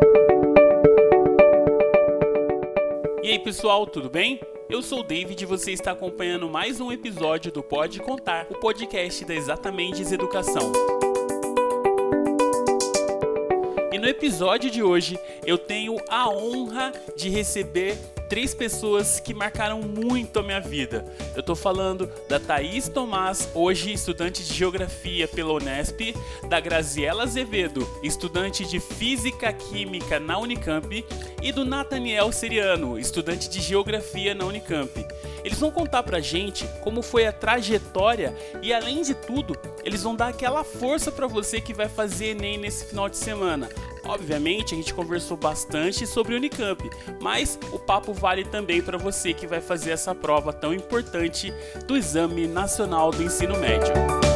E aí pessoal, tudo bem? Eu sou o David e você está acompanhando mais um episódio do Pode Contar, o podcast da Exatamente Educação. E no episódio de hoje eu tenho a honra de receber 3 pessoas que marcaram muito a minha vida. Eu tô falando da Thaís Tomás, hoje estudante de Geografia pela Unesp, da Graziela Azevedo, estudante de Física Química na Unicamp, e do Nathaniel Seriano, estudante de Geografia na Unicamp. Eles vão contar pra gente como foi a trajetória e, além de tudo, eles vão dar aquela força pra você que vai fazer Enem nesse final de semana. Obviamente, a gente conversou bastante sobre o Unicamp, mas o papo vale também para você que vai fazer essa prova tão importante do Exame Nacional do Ensino Médio.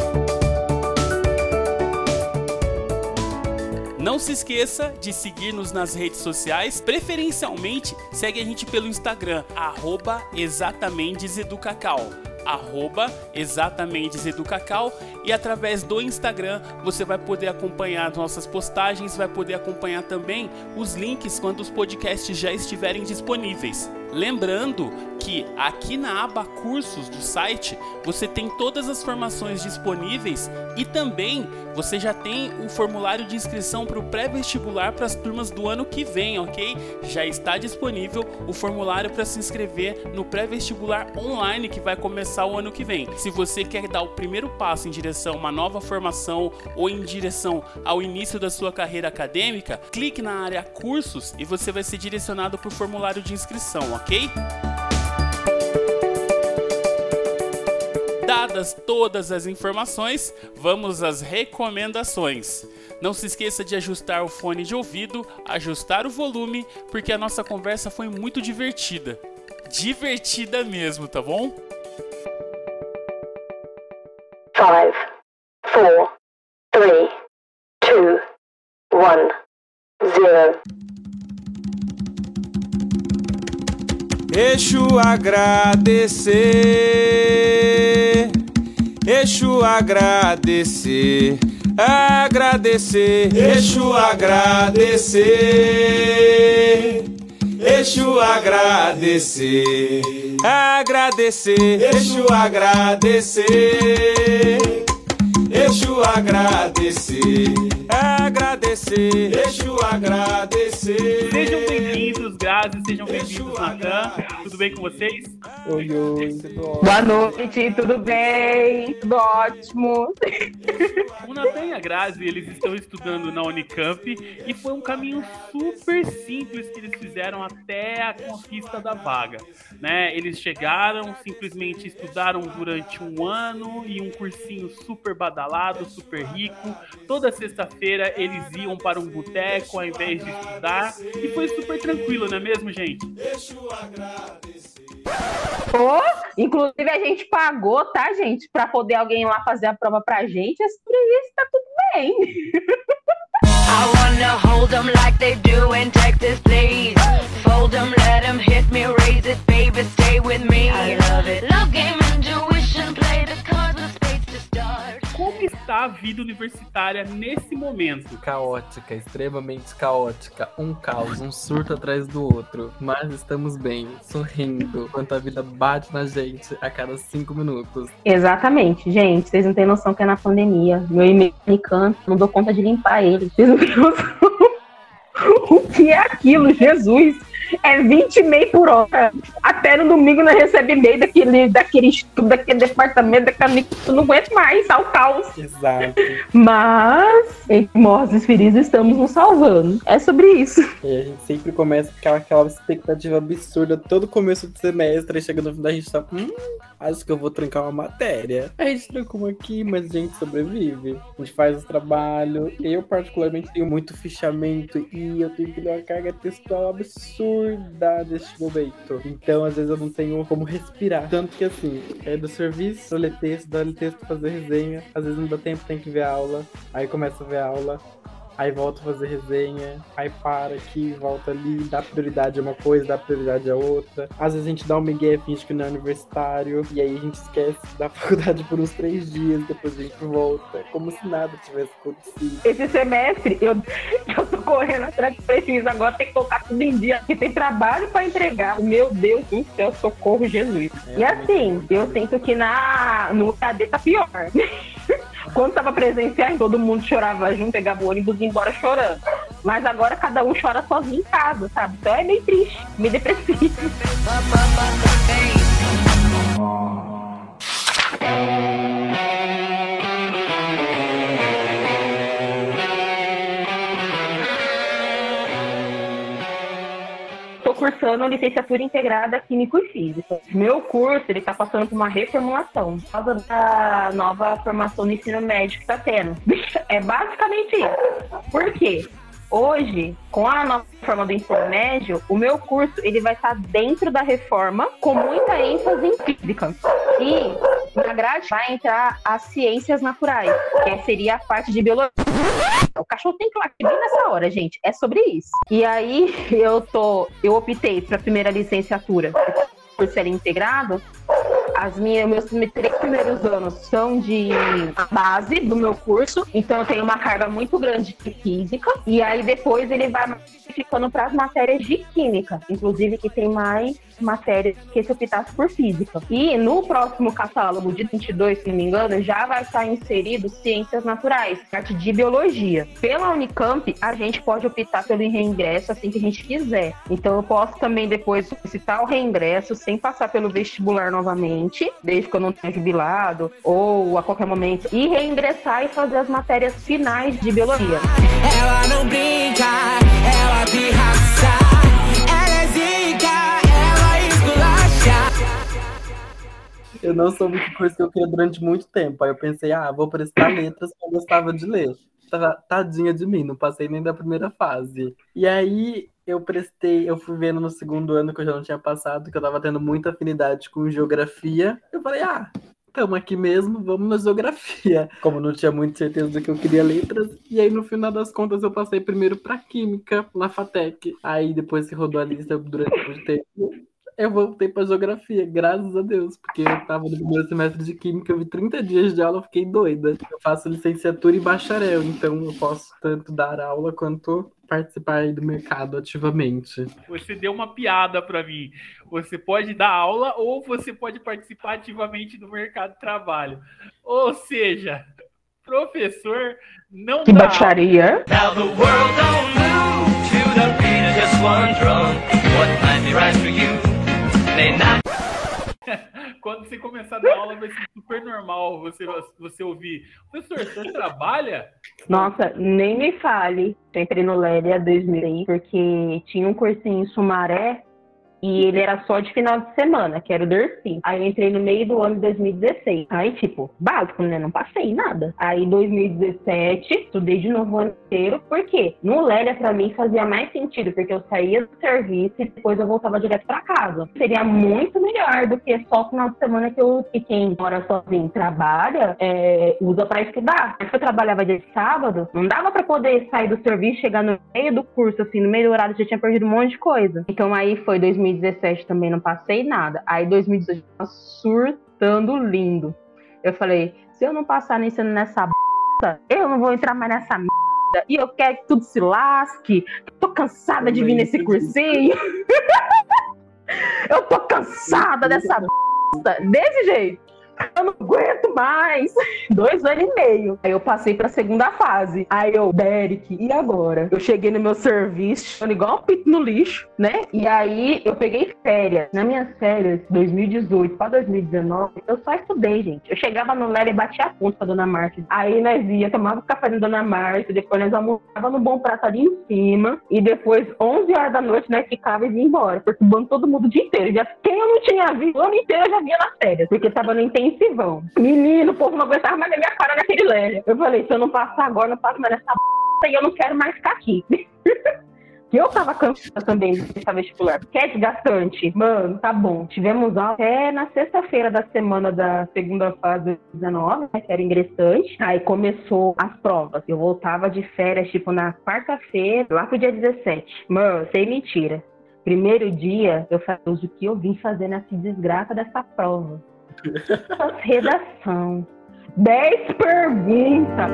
Não se esqueça de seguir-nos nas redes sociais, preferencialmente segue a gente pelo Instagram, @exatamenteseducacau. @exatamenteseducacau, e através do Instagram você vai poder acompanhar nossas postagens, vai poder acompanhar também os links quando os podcasts já estiverem disponíveis. Lembrando que aqui na aba Cursos do site você tem todas as formações disponíveis e também você já tem o formulário de inscrição para o pré-vestibular para as turmas do ano que vem, ok? Já está disponível o formulário para se inscrever no pré-vestibular online que vai começar o ano que vem. Se você quer dar o primeiro passo em direção a uma nova formação ou em direção ao início da sua carreira acadêmica, clique na área Cursos e você vai ser direcionado para o formulário de inscrição, ok? Dadas todas as informações, vamos às recomendações. Não se esqueça de ajustar o fone de ouvido, ajustar o volume, porque a nossa conversa foi muito divertida. Divertida mesmo, tá bom? 5, 4, 3, 2, 1, 0. Exu agradecer, Exu agradecer, agradecer, Exu agradecer, Exu agradecer, agradecer, Exu agradecer, Exu agradecer, agradecer, Exu agradecer. Sejam bem-vindos, Grazi, sejam bem-vindos, Natan. Tudo bem com vocês? Oi, tudo ótimo. Boa noite, tudo bem? Tudo ótimo. O Natan e a Grazi, eles estão estudando na Unicamp e foi um caminho super simples que eles fizeram até a conquista da vaga, né? Eles chegaram, simplesmente estudaram durante um ano e um cursinho super badalado, super rico. Toda sexta-feira eles iam para um boteco ao invés de estudar e foi super tranquilo, não é mesmo, gente? Oh, inclusive a gente pagou, tá, gente? Pra poder alguém ir lá fazer a prova pra gente. É sobre isso, tá tudo bem. I wanna hold them like they do in Texas, please. Fold them, let them hit me, raise it, baby, stay with me. I love it. Love game, intuition, play the cards with spades to start. Como está a vida universitária nesse momento? Caótica, extremamente caótica. Um caos, um surto atrás do outro. Mas estamos bem, sorrindo, enquanto a vida bate na gente a cada 5 minutos. Exatamente, gente. Vocês não têm noção que é na pandemia. Meu e-mail canto, não dou conta de limpar ele. Vocês não têm noção. O que é aquilo, Jesus? É 20 e-mail por hora. Até no domingo não recebe e-mail daquele estudo, daquele departamento, daquele... Eu não aguento mais, tá o caos. Exato. Mas, entre mortos e feridos, estamos nos salvando. É sobre isso. E a gente sempre começa com aquela expectativa absurda. Todo começo do semestre, chega no fim da gente tá... acho que eu vou trancar uma matéria. A gente trancou uma aqui, mas a gente sobrevive. A gente faz o trabalho. Eu, particularmente, tenho muito fichamento e eu tenho que dar uma carga textual absurda deste momento. Então, às vezes, eu não tenho como respirar. Tanto que, assim, é do serviço, eu ler texto, fazer resenha. Às vezes não dá tempo, tem que ver a aula. Aí começa a ver a aula. aí volta a fazer resenha, aí para aqui, volta ali, dá prioridade a uma coisa, dá prioridade a outra. Às vezes a gente dá um migué, finge que não é universitário, e aí a gente esquece da faculdade por uns 3 dias, depois a gente volta, como se nada tivesse acontecido. Esse semestre, eu tô correndo atrás de preciso, agora tem que colocar tudo em dia, porque tem trabalho pra entregar. Meu Deus do céu, socorro, Jesus. E assim, eu sinto que no KD tá pior. Quando tava presencial, todo mundo chorava junto, pegava o ônibus e ia embora chorando. Mas agora cada um chora sozinho em casa, sabe? Então é meio triste, meio depressivo. Tô cursando licenciatura integrada Químico e Física. Meu curso, ele tá passando por uma reformulação, por causa da nova formação no ensino médio que tá tendo. É basicamente isso. Por quê? Hoje, com a nova reforma do ensino médio, o meu curso, ele vai estar dentro da reforma, com muita ênfase em física. E na grade vai entrar as ciências naturais, que seria a parte de biologia. O cachorro tem que latir bem nessa hora, gente. É sobre isso. E aí, eu optei para a primeira licenciatura, por ser integrado. Meus 3 primeiros anos são de base do meu curso, então eu tenho uma carga muito grande de física, e aí depois ele vai ficando para as matérias de química, inclusive que tem mais matérias que se optasse por física. E no próximo catálogo de 22, se não me engano, já vai estar inserido ciências naturais, parte de biologia. Pela Unicamp, a gente pode optar pelo reingresso assim que a gente quiser. Então eu posso também depois solicitar o reingresso sem passar pelo vestibular novamente, desde que eu não tenha jubilado, ou a qualquer momento, e reingressar e fazer as matérias finais de biologia. Ela não brinca, ela pirraça, ela é zica, ela esculacha. Eu não soube que curso que eu queria durante muito tempo. Aí eu pensei, vou prestar letras, que eu gostava de ler. Tadinha de mim, não passei nem da primeira fase. E aí eu fui vendo no segundo ano que eu já não tinha passado, que eu tava tendo muita afinidade com geografia. Eu falei, estamos aqui mesmo, vamos na geografia. Como não tinha muita certeza do que eu queria letras, e aí no final das contas eu passei primeiro pra química, na FATEC. Aí depois que rodou a lista durante muito tempo, eu voltei pra geografia, graças a Deus, porque eu tava no primeiro semestre de química, eu vi 30 dias de aula, eu fiquei doida. Eu faço licenciatura e bacharel, então eu posso tanto dar aula quanto participar aí do mercado ativamente. Você deu uma piada pra mim. Você pode dar aula ou você pode participar ativamente do mercado de trabalho. Ou seja, professor não Que dá baixaria. Now the world don't move to the beat of just one drum. What might be right for you may not. Quando você começar a dar aula, vai ser super normal você ouvir. Professor, você trabalha? Nossa, nem me fale. Eu entrei no Lélia 2000 porque tinha um cursinho em Sumaré e ele era só de final de semana, que era o DERCI. Aí eu entrei no meio do ano de 2016. Aí, tipo, básico, né? Não passei nada. Aí, 2017, estudei de novo o ano inteiro. Por quê? No Lélia, pra mim, fazia mais sentido, porque eu saía do serviço e depois eu voltava direto pra casa. Seria muito melhor do que só o final de semana que quem mora sozinho trabalha, usa pra estudar. Mas se eu trabalhava de sábado, não dava pra poder sair do serviço, chegar no meio do curso, assim, no meio do horário, já tinha perdido um monte de coisa. Então, aí foi 2017 também não passei nada. Aí 2018 eu tava surtando lindo. Eu falei, se eu não passar nessa eu não vou entrar mais nessa e eu quero que tudo se lasque. Tô cansada de vir nesse cursinho. Eu tô cansada dessa desse jeito. Eu não aguento mais. 2 anos e meio. Aí eu passei pra segunda fase. Aí eu, Derek, e agora? Eu cheguei no meu serviço, igual um pito no lixo, né? E aí eu peguei férias. Nas minhas férias, 2018 pra 2019, eu só estudei, gente. Eu chegava no Lélia e batia a ponta com a Dona Marta. Aí nós ia, tomava o café da Dona Marta, depois nós almoçava no bom prato ali em cima, e depois, 11 horas da noite, nós ficava e ia embora, porque o banco todo mundo o dia inteiro. Quem eu não tinha visto o ano inteiro, eu já via nas férias, porque tava no intensivão. Menino, o povo não aguentava mais ver minha cara naquele Lélia. Eu falei, se eu não passar agora, eu não passo mais nessa e eu não quero mais ficar aqui. que eu tava cansada também de prestar vestibular, porque é desgastante. Mano, tá bom. Tivemos aula até na sexta-feira da semana da segunda fase 19, né, que era ingressante. Aí começou as provas. Eu voltava de férias, tipo, na quarta-feira, lá pro dia 17. Mano, sem mentira. Primeiro dia, eu falei, o que eu vim fazer nessa desgraça dessa prova? As redação. 10 perguntas.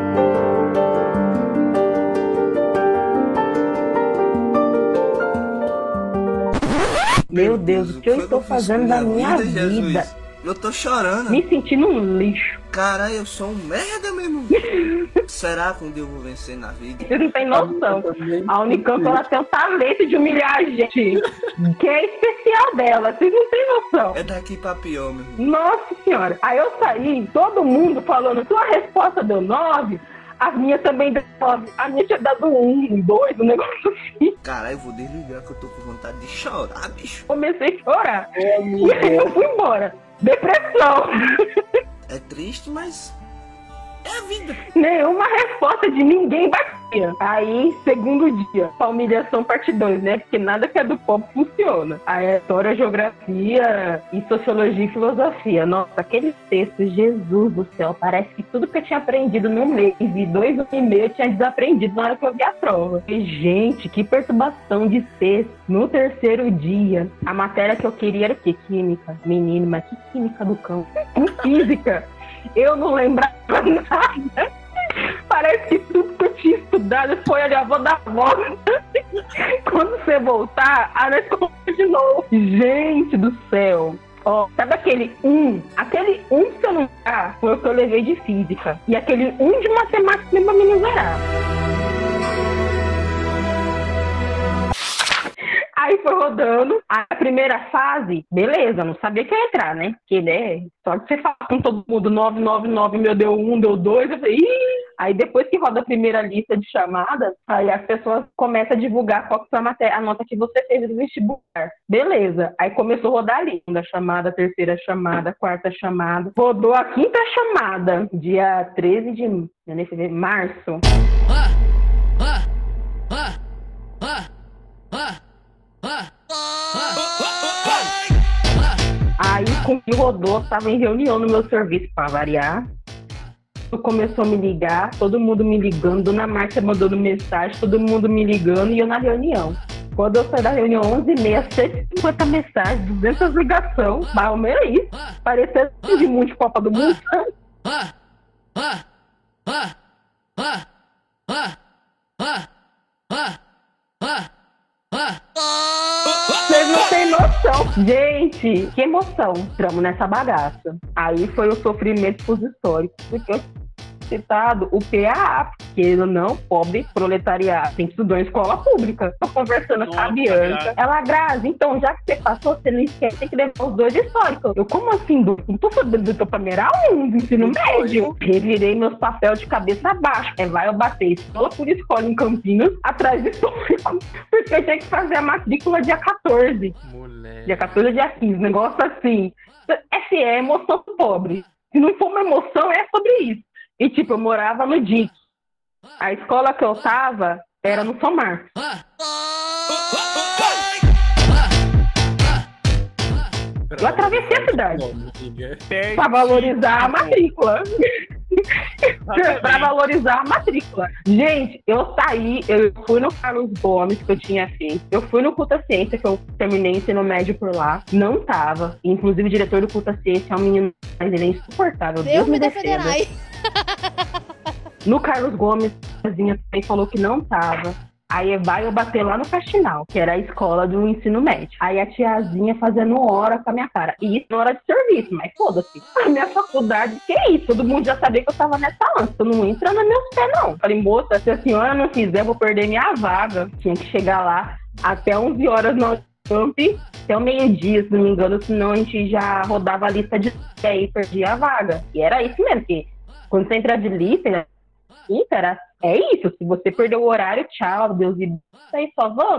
Meu Deus, o que eu estou fazendo da minha vida? Jesus? Eu tô chorando. Me sentindo um lixo. Caralho, eu sou um merda mesmo. Será que um dia eu vou vencer na vida? Vocês não têm noção. A Unicamp, ela tem um talento de humilhar a gente, que é especial dela. Vocês não têm noção. É daqui pra pior, meu irmão. Nossa senhora. Aí eu saí, todo mundo falando, sua resposta deu 9. As minhas também deu 9. A minha tinha dado 1, 2, um negócio assim. Caralho, eu vou desligar que eu tô com vontade de chorar, bicho. Comecei a chorar. E aí eu fui embora. Depressão. É triste, mas é a vida. Nenhuma resposta de ninguém batia. Aí, segundo dia, a humilhação parte 2, né? Porque nada que é do povo funciona. Aí é história, geografia e sociologia e filosofia. Nossa, aqueles textos, Jesus do céu, parece que tudo que eu tinha aprendido no mês e 2 anos e meio eu tinha desaprendido na hora que eu vi a prova. E, gente, que perturbação de texto. No terceiro dia, a matéria que eu queria era o quê? Química. Menino, mas que química do cão? Física. Eu não lembrava nada. Parece que tudo que eu tinha estudado foi ali, eu vou dar volta. Quando você voltar, a nós começa de novo. Gente do céu. Ó, sabe aquele 1? Aquele 1 que eu não dá foi o que eu levei de física. E aquele 1 de matemática pra me zerar. Aí foi rodando. A primeira fase, beleza, não sabia que ia entrar, né? Porque, né, só que você fala com todo mundo 9, 9, 9, meu, deu 1, deu 2, eu falei, ih! Aí depois que roda a primeira lista de chamadas, aí as pessoas começam a divulgar qual que foi a nota que você fez no vestibular. Beleza. Aí começou a rodar ali. Segunda chamada, terceira chamada, quarta chamada. Rodou a quinta chamada, dia 13 de março. Aí, quando rodou, tava em reunião no meu serviço, pra variar. Começou a me ligar, todo mundo me ligando, Dona Márcia mandando mensagem, todo mundo me ligando e eu na reunião. Quando eu saí da reunião 11h30, 150 mensagens, 200 ligações, mais ou menos isso. Parecendo de mundo de Copa do Mundo. Vocês não têm noção. Gente, que emoção. Entramos nessa bagaça. Aí foi o sofrimento pros históricos. Porque eu citado o PAA, porque não, pobre proletariado, tem que estudar em escola pública. Tô conversando com a Bianca. Ela, Grazi, então, já que você passou, você não esquece, tem que levar os 2 históricos. Eu, como assim, não tô fazendo do primeiro a 1 do ensino médio. Revirei meus papéis de cabeça abaixo. Vai eu bater escola por escola em Campinas, atrás do histórico, porque eu tinha que fazer a matrícula dia 14. Moleque. Dia 14 ou dia 15, negócio assim. Essa é emoção do pobre. Se não for uma emoção, é sobre isso. E, tipo, eu morava no DIC. A escola que eu tava era no Somar. Eu atravessei a cidade. Pra valorizar a matrícula. Pra valorizar a matrícula. Gente, eu saí, eu fui no Carlos Gomes, que eu tinha feito. Eu fui no Culta Ciência, que eu terminei ensino médio por lá. Não tava. Inclusive, o diretor do Culta Ciência é um menino, mas ele é insuportável. Deus me defenderai. No Carlos Gomes, a vizinha também falou que não tava. Aí vai eu bater lá no Faxinal, que era a escola do ensino médio. Aí a tiazinha fazendo hora com a minha cara. E isso na hora de serviço, mas foda-se. A minha faculdade, que é isso? Todo mundo já sabia que eu tava nessa antes. Eu não entra nos meus pés, não. Falei, moça, se a senhora não fizer, eu vou perder minha vaga. Tinha que chegar lá até 11 horas no camp, até o meio-dia, se não me engano, senão a gente já rodava a lista de e aí perdia a vaga. E era isso mesmo, porque quando você entra de lista, é isso, se você perdeu o horário, tchau, Deus e aí só vamos.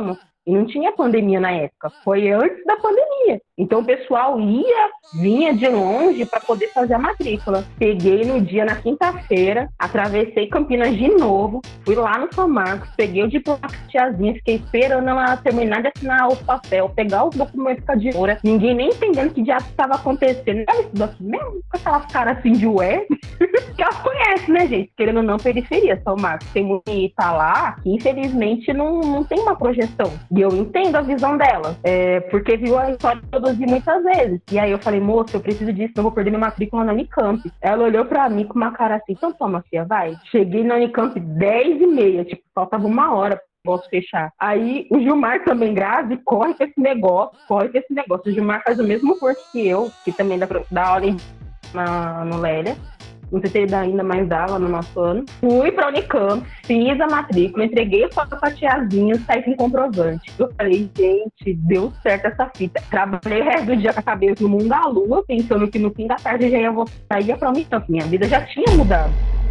E não tinha pandemia na época, foi antes da pandemia. Então o pessoal vinha de longe para poder fazer a matrícula. Peguei no dia, na quinta-feira, atravessei Campinas de novo, fui lá no São Marcos, peguei o diploma com a tiazinha, fiquei esperando ela terminar de assinar o papel, pegar os documentos com a diretora, ninguém nem entendendo que diabo estava acontecendo. Olha isso daqui mesmo, com aquelas caras assim de ué, que elas conhecem, né, gente? Querendo ou não, periferia, São Marcos. Tem muito que tá lá, que infelizmente não tem uma projeção. E eu entendo a visão dela, porque viu a história produzir muitas vezes. E aí eu falei, moça, eu preciso disso, eu vou perder minha matrícula na Unicamp. Ela olhou pra mim com uma cara assim, então toma, filha, vai. Cheguei na Unicamp 10h30, tipo, faltava 1 hora posso fechar. Aí o Gilmar também grave, corre com esse negócio. O Gilmar faz o mesmo curso que eu, que também dá aula no Lélia. Não sei se ele dá ainda mais aula no nosso ano. Fui pra Unicamp, fiz a matrícula, entreguei foto pra tiazinha, saí com comprovante. Eu falei, gente, deu certo essa fita. Trabalhei o resto do dia com a cabeça no mundo da lua, pensando que no fim da tarde eu já ia voltar e ia pra Unicamp. Minha vida já tinha mudado.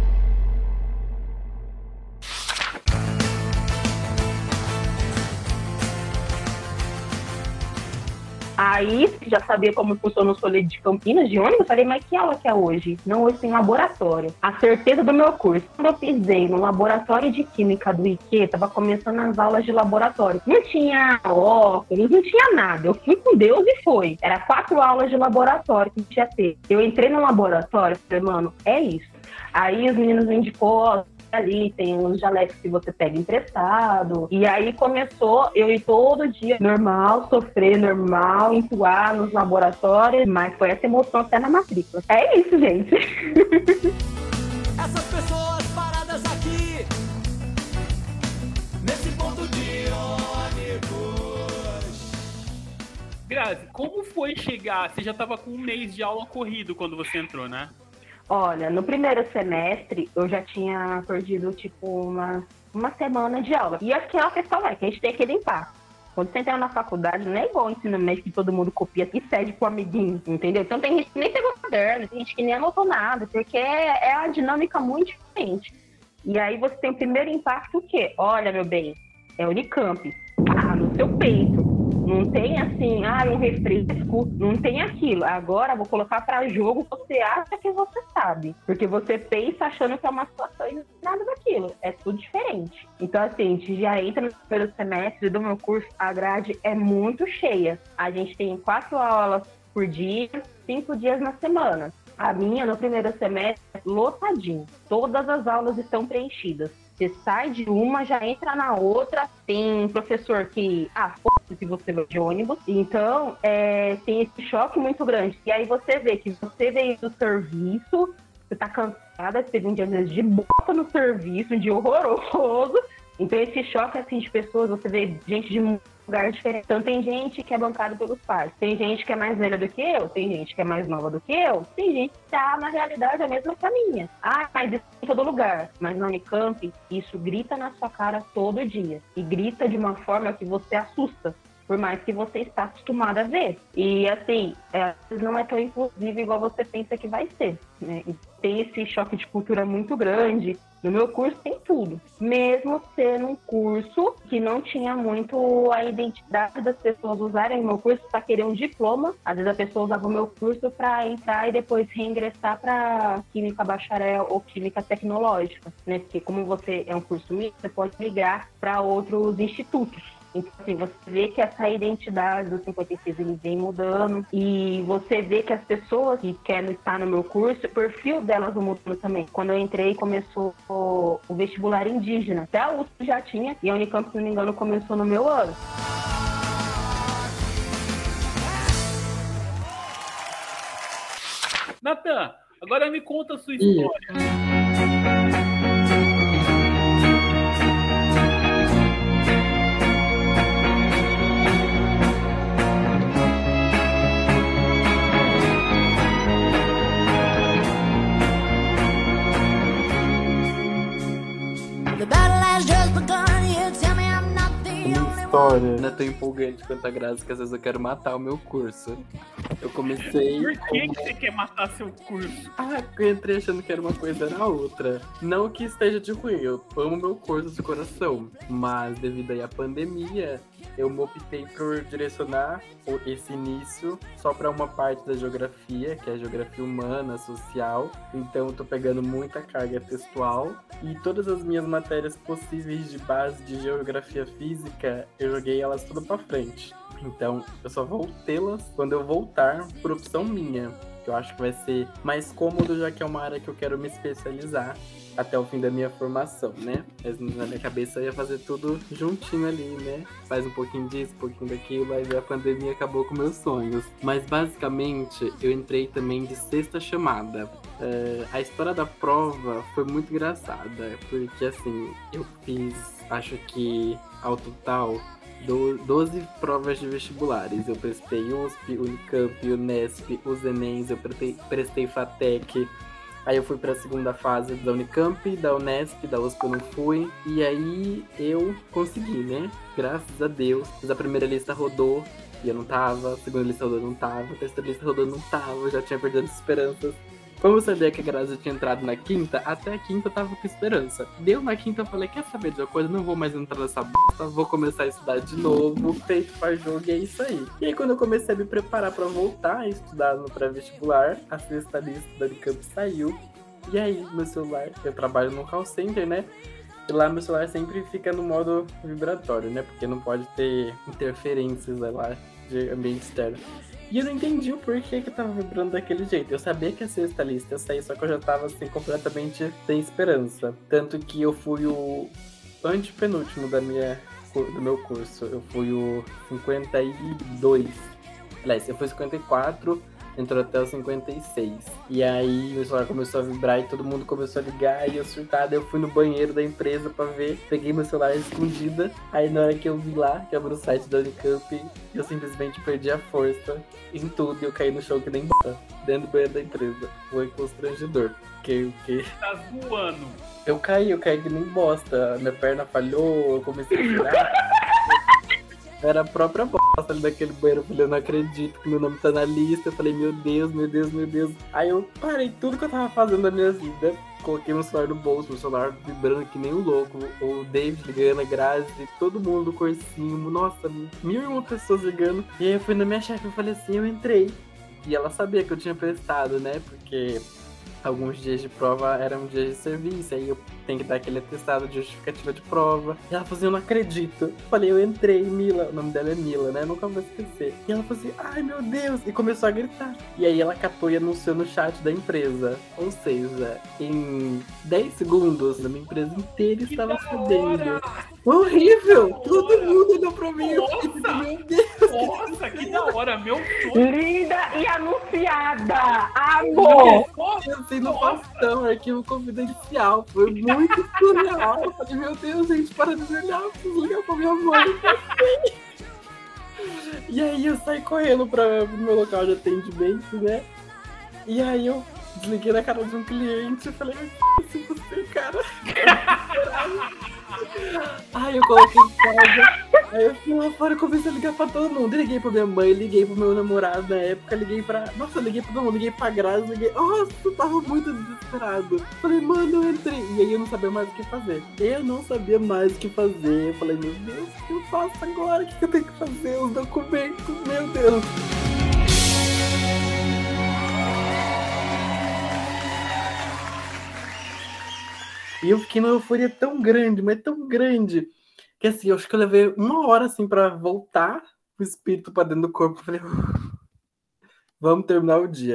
Aí, já sabia como funciona o rolê de Campinas, de ônibus, eu falei, mas que aula que é hoje? Não, hoje tem laboratório. A certeza do meu curso. Quando eu pisei no laboratório de química do IQ, tava começando as aulas de laboratório. Não tinha óculos, não tinha nada. Eu fui com Deus e foi. Era 4 aulas de laboratório que tinha ter. Eu entrei no laboratório e falei, mano, é isso. Aí os meninos me indicou, ali tem uns jalecos que você pega emprestado. E aí começou eu ir todo dia normal, sofrer normal, entuar nos laboratórios, mas foi essa emoção até na matrícula. É isso, gente. Essas pessoas paradas aqui, nesse ponto de ônibus. Grazi, como foi chegar? Você já estava com 1 mês de aula corrido quando você entrou, né? Olha, no primeiro semestre eu já tinha perdido tipo uma semana de aula. E aquela questão que a gente tem que limpar. Quando você entra na faculdade, não é igual o ensino médio que todo mundo copia e cede pro amiguinho, entendeu? Então tem gente que nem pegou caderno, tem gente que nem anotou nada, porque é a dinâmica muito diferente. E aí você tem o primeiro impacto o quê? Olha, meu bem, é Unicamp. No seu peito. Não tem assim, um refresco, não tem aquilo. Agora vou colocar pra jogo, você acha que você sabe. Porque você pensa achando que é uma situação e nada daquilo. É tudo diferente. Então, assim, a gente já entra no primeiro semestre do meu curso, a grade é muito cheia. A gente tem 4 aulas por dia, 5 dias na semana. A minha, no primeiro semestre, lotadinho. Todas as aulas estão preenchidas. Você sai de uma, já entra na outra. Tem professor que, se você vai de ônibus. Então, tem esse choque muito grande. E aí você vê que você veio do serviço, você tá cansada, teve um dia, às vezes, de bota no serviço, um dia horroroso. Então, esse choque, assim, de pessoas, você vê gente de lugar diferente. Então, tem gente que é bancada pelos pais. Tem gente que é mais velha do que eu. Tem gente que é mais nova do que eu. Tem gente que tá, na realidade, a mesma que a minha. Mas isso em todo lugar. Mas na Unicamp, isso grita na sua cara todo dia. E grita de uma forma que você assusta. Por mais que você está acostumado a ver. E, assim, não é tão inclusivo igual você pensa que vai ser, né? E tem esse choque de cultura muito grande. No meu curso tem tudo. Mesmo sendo um curso que não tinha muito a identidade das pessoas usarem o meu curso para querer um diploma. Às vezes a pessoa usava o meu curso para entrar e depois reingressar para química bacharel ou química tecnológica, né? Porque como você é um curso misto, você pode migrar para outros institutos. Então, assim, você vê que essa identidade do 56 ele vem mudando e você vê que as pessoas que querem estar no meu curso, o perfil delas vão mudando também. Quando eu entrei, começou o vestibular indígena. Até a USP já tinha e a Unicamp, se não me engano, começou no meu ano. Natan, agora me conta a sua história. história não é tão empolgante quanto a Grazi, que às vezes eu quero matar o meu curso. Eu comecei... Por que você quer matar seu curso? Eu entrei achando que era uma coisa, era outra. Não que esteja de ruim, eu amo meu curso de coração. Mas devido aí à pandemia, eu optei por direcionar esse início só para uma parte da geografia, que é a geografia humana, social. Então eu tô pegando muita carga textual. E todas as minhas matérias possíveis de base de geografia física, eu joguei elas tudo pra frente. Então eu só vou tê-las quando eu voltar por opção minha, que eu acho que vai ser mais cômodo, já que é uma área que eu quero me especializar até o fim da minha formação, né? Mas na minha cabeça eu ia fazer tudo juntinho ali, né? Faz um pouquinho disso, um pouquinho daquilo, aí a pandemia acabou com meus sonhos. Mas basicamente eu entrei também de sexta chamada. A história da prova foi muito engraçada, porque assim, eu fiz, acho que ao total, 12 provas de vestibulares. Eu prestei USP, Unicamp, Unesp, os Enems, eu prestei FATEC. Aí eu fui pra segunda fase da Unicamp, da Unesp, da USP eu não fui. E aí eu consegui, né? Graças a Deus. Mas a primeira lista rodou e eu não tava. A segunda lista rodou, não tava. A terceira lista rodou, não tava. Eu já tinha perdido as esperanças. Como eu sabia que a Grazi tinha entrado na quinta, até a quinta eu tava com esperança. Deu na quinta, eu falei, quer saber de uma coisa? Não vou mais entrar nessa bosta, vou começar a estudar de novo, feito para jogo, e é isso aí. E aí quando eu comecei a me preparar pra voltar a estudar no pré-vestibular, a sexta lista da Unicamp saiu. E aí, meu celular, eu trabalho no call center, né? E lá meu celular sempre fica no modo vibratório, né? Porque não pode ter interferências lá de ambiente externo. E eu não entendi o porquê que tava vibrando daquele jeito. Eu sabia que a sexta lista ia sair, só que eu já tava assim, completamente sem esperança. Tanto que eu fui o antepenúltimo do meu curso. Eu fui o 52. Aliás, eu fui 54, entrou até o 56. E aí meu celular começou a vibrar e todo mundo começou a ligar. E eu surtada, eu fui no banheiro da empresa pra ver. Peguei meu celular escondida. Aí na hora que eu vi lá, que abriu o site da Unicamp, eu simplesmente perdi a força em tudo e eu caí no chão que nem b****, dentro do banheiro da empresa. Foi constrangedor. Que... Tá voando. Eu caí que nem bosta. Minha perna falhou, eu comecei a chorar. Era a própria bosta ali daquele banheiro. Eu falei, eu não acredito que meu nome tá na lista. Eu falei, meu Deus, meu Deus, meu Deus. Aí eu parei tudo que eu tava fazendo na minha vida. Coloquei meu celular no bolso, meu celular vibrando que nem um louco. O David ligando, a Grazi, todo mundo do cursinho. Nossa, 1.001 pessoas ligando. E aí eu fui na minha chefe e falei assim, eu entrei. E ela sabia que eu tinha prestado, né? Porque alguns dias de prova eram dias de serviço. Aí eu tenho que dar aquele atestado de justificativa de prova. E ela falou assim, eu não acredito. Eu falei, eu entrei, Mila. O nome dela é Mila, né? Nunca vou esquecer. E ela falou assim, ai meu Deus. E começou a gritar. E aí ela catou e anunciou no chat da empresa. Ou seja, em 10 segundos, a minha empresa inteira estava sabendo. Horrível! Todo mundo olhou pra mim. Nossa! Meu Deus! Nossa, que da hora, meu sonho. Linda e anunciada! Amor! Eu sei no bastão, arquivo confidencial. Foi muito surreal. Eu falei, meu Deus, gente, para de me olhar, eu preciso ligar pra minha mãe. E aí eu saí correndo pro meu local de atendimento, né? E aí eu desliguei na cara de um cliente e falei, ai, você, cara. Aí eu coloquei em casa. Aí eu fui lá fora e comecei a ligar pra todo mundo. Liguei pra minha mãe, liguei pro meu namorado na época, liguei pra todo mundo, liguei pra Grazi, Nossa, eu tava muito desesperado. Falei, mano, eu entrei. E aí eu não sabia mais o que fazer. Eu falei, meu Deus, o que eu faço agora? O que eu tenho que fazer? Os documentos, meu Deus. E eu fiquei numa euforia tão grande, mas tão grande, que assim, eu acho que eu levei 1 hora assim pra voltar o espírito pra dentro do corpo. Eu falei, vamos terminar o dia.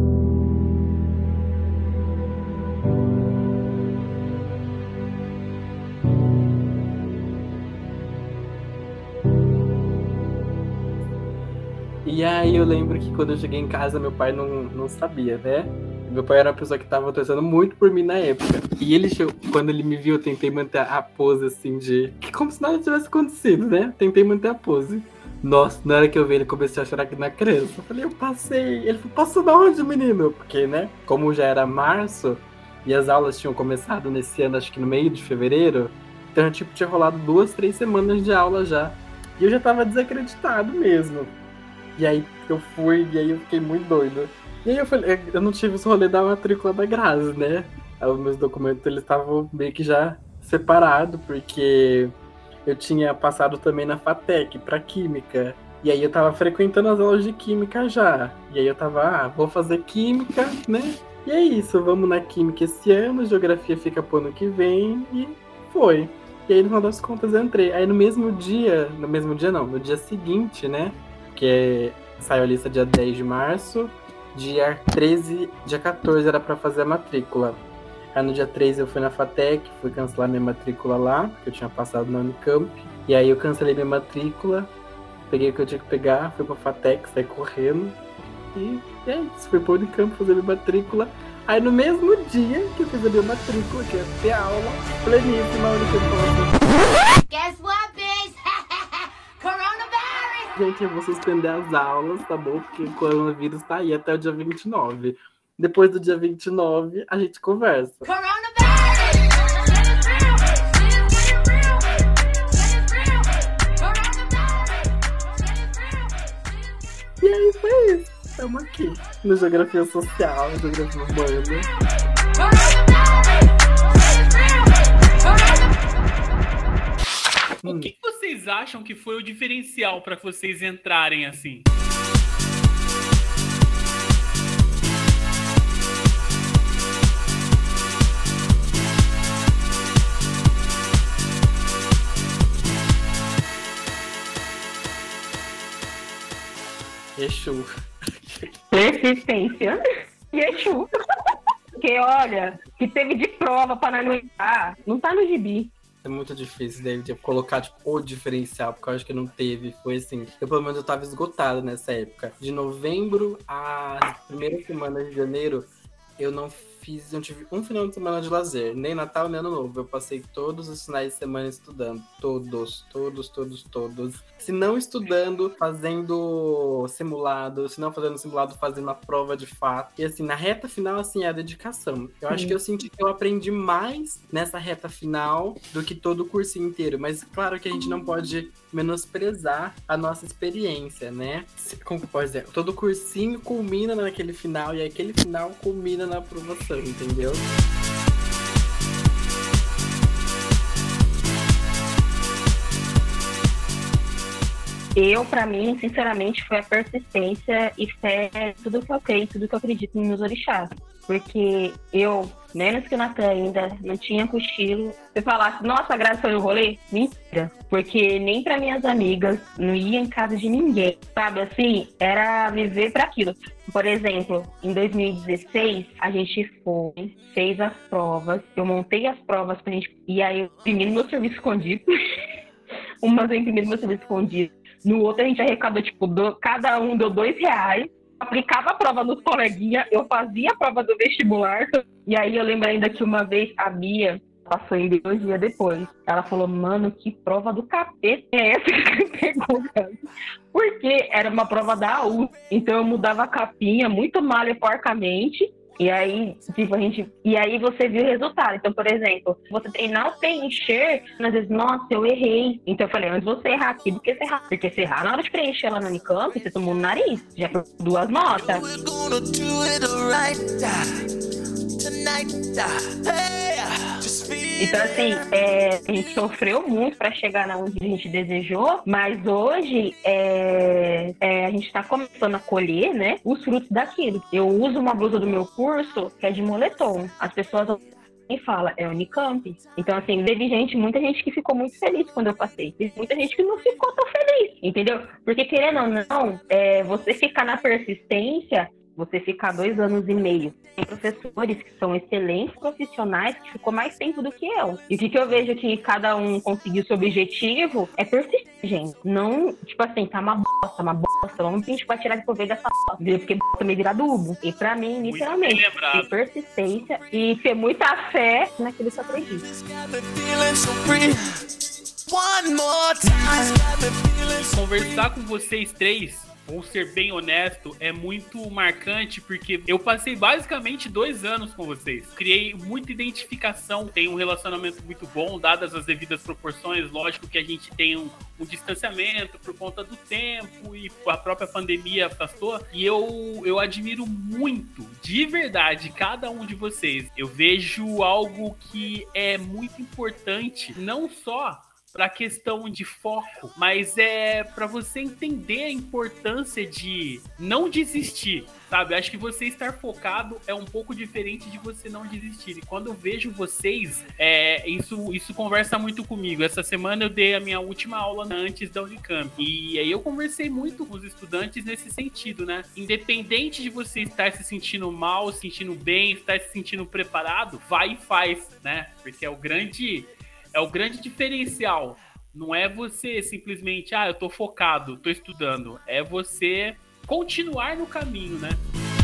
E aí eu lembro que quando eu cheguei em casa, meu pai não sabia, né? Meu pai era uma pessoa que tava torcendo muito por mim na época. E ele, quando ele me viu, eu tentei manter a pose, assim, como se nada tivesse acontecido, né? Tentei manter a pose. Nossa, na hora que eu vi ele, comecei a chorar aqui na criança. Eu falei, eu passei. Ele falou, passou da onde, menino? Porque, né, como já era março, e as aulas tinham começado nesse ano, acho que no meio de fevereiro, então, tipo, tinha rolado 2, 3 semanas de aula já. E eu já tava desacreditado mesmo. E aí eu fui, e aí eu fiquei muito doido. E aí eu falei, eu não tive esse rolê da matrícula da Grazi, né? Aí os meus documentos, eles estavam meio que já separados, porque eu tinha passado também na FATEC pra Química. E aí eu tava frequentando as aulas de Química já. E aí eu tava, vou fazer Química, né? E é isso, vamos na Química esse ano, Geografia fica pro ano que vem, e foi. E aí no final das contas eu entrei. Aí no dia seguinte, né? Que saiu a lista dia 10 de março, dia 14 era pra fazer a matrícula. Aí no dia 13 eu fui na FATEC, fui cancelar minha matrícula lá, porque eu tinha passado na Unicamp. E aí eu cancelei minha matrícula, peguei o que eu tinha que pegar, fui pra FATEC, saí correndo. E é isso, fui pra Unicamp fazer minha matrícula. Aí no mesmo dia que eu fiz a minha matrícula, que ia ter aula pleníssima, a Unicamp falou assim: Guess what, bitch? Coronavirus! gente, eu vou suspender as aulas, tá bom? Porque o coronavírus tá aí até o dia 29. Depois do dia 29, a gente conversa. E aí foi isso. Estamos aqui. No Geografia Social, Geografia Urbana. O que vocês acham que foi o diferencial para vocês entrarem assim? Exu. Persistência. E Exu. Porque, olha, que teve de prova pra não entrar, não tá no gibi. É muito difícil, David, colocar tipo, o diferencial, porque eu acho que não teve. Foi assim, eu pelo menos eu tava esgotado nessa época. De novembro à primeira semana de janeiro, eu não tive um final de semana de lazer, nem Natal, nem Ano Novo. Eu passei todos os finais de semana estudando. Todos. Se não estudando, fazendo simulado. Se não fazendo simulado, fazendo uma prova de fato. E assim, na reta final, assim, é a dedicação. Eu acho que eu senti que eu aprendi mais nessa reta final do que todo o cursinho inteiro. Mas claro que a gente não pode menosprezar a nossa experiência, né? Como que eu posso dizer? Todo cursinho culmina naquele final e aquele final culmina na aprovação, entendeu? Pra mim, sinceramente, foi a persistência e fé, tudo que eu creio, tudo que eu acredito nos meus orixás. Porque eu, menos que o Natan ainda, não tinha cochilo. Se eu falasse, nossa, a Grazi foi no rolê? Mentira. Porque nem pra minhas amigas, não ia em casa de ninguém. Sabe, assim, era viver pra aquilo. Por exemplo, em 2016, a gente foi, fez as provas. Eu montei as provas pra gente... E aí eu imprimi no meu serviço escondido. Umas eu imprimi no meu serviço escondido. No outro a gente arrecadou, tipo, cada um deu R$2. Aplicava a prova nos coleguinhas, eu fazia a prova do vestibular. E aí eu lembro ainda que uma vez a Bia passou em biologia depois. Ela falou, mano, que prova do capeta é essa que você pegou, cara? Porque era uma prova da AU. Então eu mudava a capinha muito mal e porcamente. E aí, tipo, e aí você viu o resultado. Então, por exemplo, você treinar o preencher, às vezes, nossa, eu errei. Então eu falei, antes você errar aqui do que você errar. Porque se errar na hora de preencher lá no Unicamp, você tomou no nariz. Já foi 2 notas. Então, assim, a gente sofreu muito pra chegar na onde a gente desejou, mas hoje a gente tá começando a colher, né, os frutos daquilo. Eu uso uma blusa do meu curso que é de moletom. As pessoas e fala, é Unicamp. Então, assim, teve muita gente que ficou muito feliz quando eu passei. Teve muita gente que não ficou tão feliz, entendeu? Porque, querendo ou não, você ficar na persistência, você ficar 2 anos e meio. Tem professores que são excelentes profissionais que ficou mais tempo do que eu. E o que eu vejo que cada um conseguiu seu objetivo é persistir, gente. Não, tipo assim, tá uma bosta. Vamos pedir pra tirar de proveito dessa bosta. Porque também vira adubo. E pra mim, literalmente, ter persistência e ter muita fé naquilo que eu acredito. Conversar com vocês três vou ser bem honesto, é muito marcante, porque eu passei basicamente 2 anos com vocês. Criei muita identificação, tenho um relacionamento muito bom, dadas as devidas proporções. Lógico que a gente tem um distanciamento por conta do tempo e a própria pandemia afastou. E eu admiro muito, de verdade, cada um de vocês. Eu vejo algo que é muito importante, não só para a questão de foco, mas é para você entender a importância de não desistir, sabe? Acho que você estar focado é um pouco diferente de você não desistir. E quando eu vejo vocês, isso conversa muito comigo. Essa semana eu dei a minha última aula antes da Unicamp. E aí eu conversei muito com os estudantes nesse sentido, né? Independente de você estar se sentindo mal, se sentindo bem, estar se sentindo preparado, vai e faz, né? Porque é o grande diferencial. Não é você simplesmente, eu tô focado, tô estudando. É você continuar no caminho, né?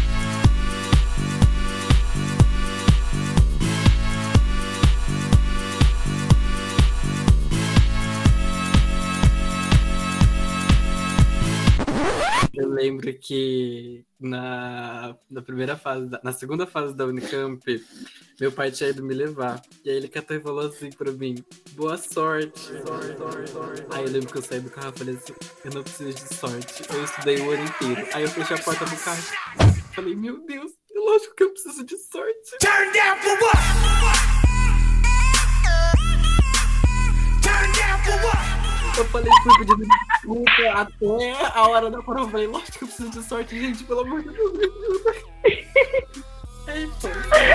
Eu lembro que na primeira fase, na segunda fase da Unicamp, meu pai tinha ido me levar. E aí ele catou e falou assim pra mim: boa sorte. Aí eu lembro que eu saí do carro e falei assim: eu não preciso de sorte, eu estudei o ano inteiro. Aí eu fechei a porta do carro e falei: meu Deus, lógico que eu preciso de sorte. Turn down for what? Turn down for what? Eu falei, fui pedindo desculpa até a hora da prova. Eu falei, lógico que eu preciso de sorte, gente, pelo amor de Deus, me ajuda. Aí foi.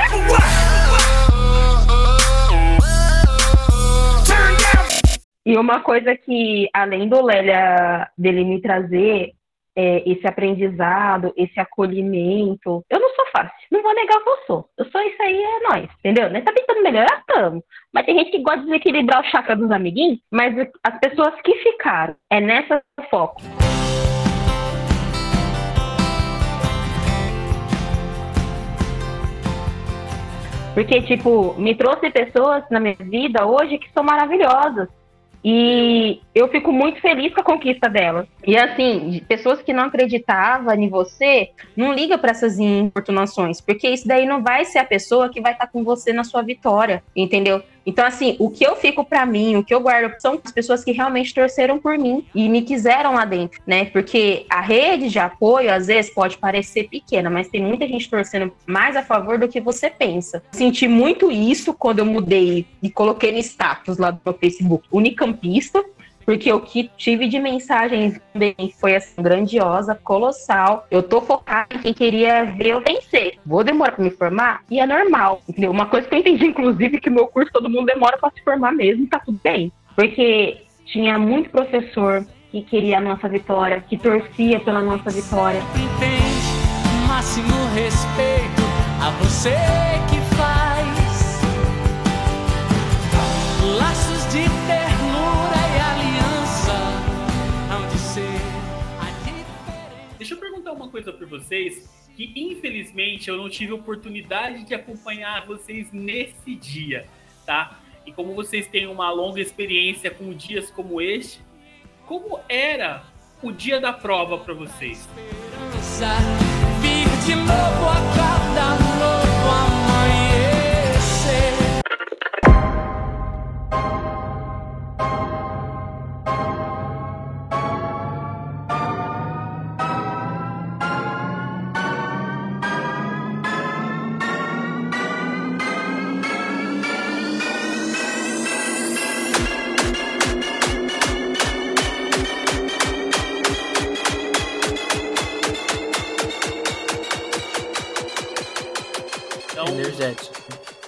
E uma coisa que, além do Lélia, dele me trazer esse aprendizado, esse acolhimento, eu não sou fácil, não vou negar que eu sou. Eu sou isso aí, é nóis, entendeu? Nós tá tentando melhorar, estamos. Mas tem gente que gosta de desequilibrar o chakra dos amiguinhos, mas as pessoas que ficaram, é nessa foco. Porque, tipo, me trouxe pessoas na minha vida hoje que são maravilhosas. E eu fico muito feliz com a conquista delas. E assim, pessoas que não acreditavam em você, não liga para essas importunações, porque isso daí não vai ser a pessoa que vai estar com você na sua vitória, entendeu? Então assim, o que eu fico pra mim, o que eu guardo, são as pessoas que realmente torceram por mim e me quiseram lá dentro, né? Porque a rede de apoio, às vezes, pode parecer pequena, mas tem muita gente torcendo mais a favor do que você pensa. Senti muito isso quando eu mudei e coloquei no status lá do meu Facebook Unicampista, porque o que tive de mensagem também foi assim, grandiosa, colossal. Eu tô focada em quem queria ver eu vencer. Vou demorar pra me formar? E é normal, entendeu? Uma coisa que eu entendi, inclusive, que meu curso todo mundo demora pra se formar mesmo, tá tudo bem. Porque tinha muito professor que queria a nossa vitória, que torcia pela nossa vitória. Entende, máximo respeito a você que faz laços de ternura e aliança, hão de ser a diferença. Deixa eu perguntar uma coisa pra vocês, que infelizmente eu não tive oportunidade de acompanhar vocês nesse dia, tá? E como vocês têm uma longa experiência com dias como este, como era o dia da prova pra vocês? Esperança, vir de novo a cada novo amanhecer. Energético.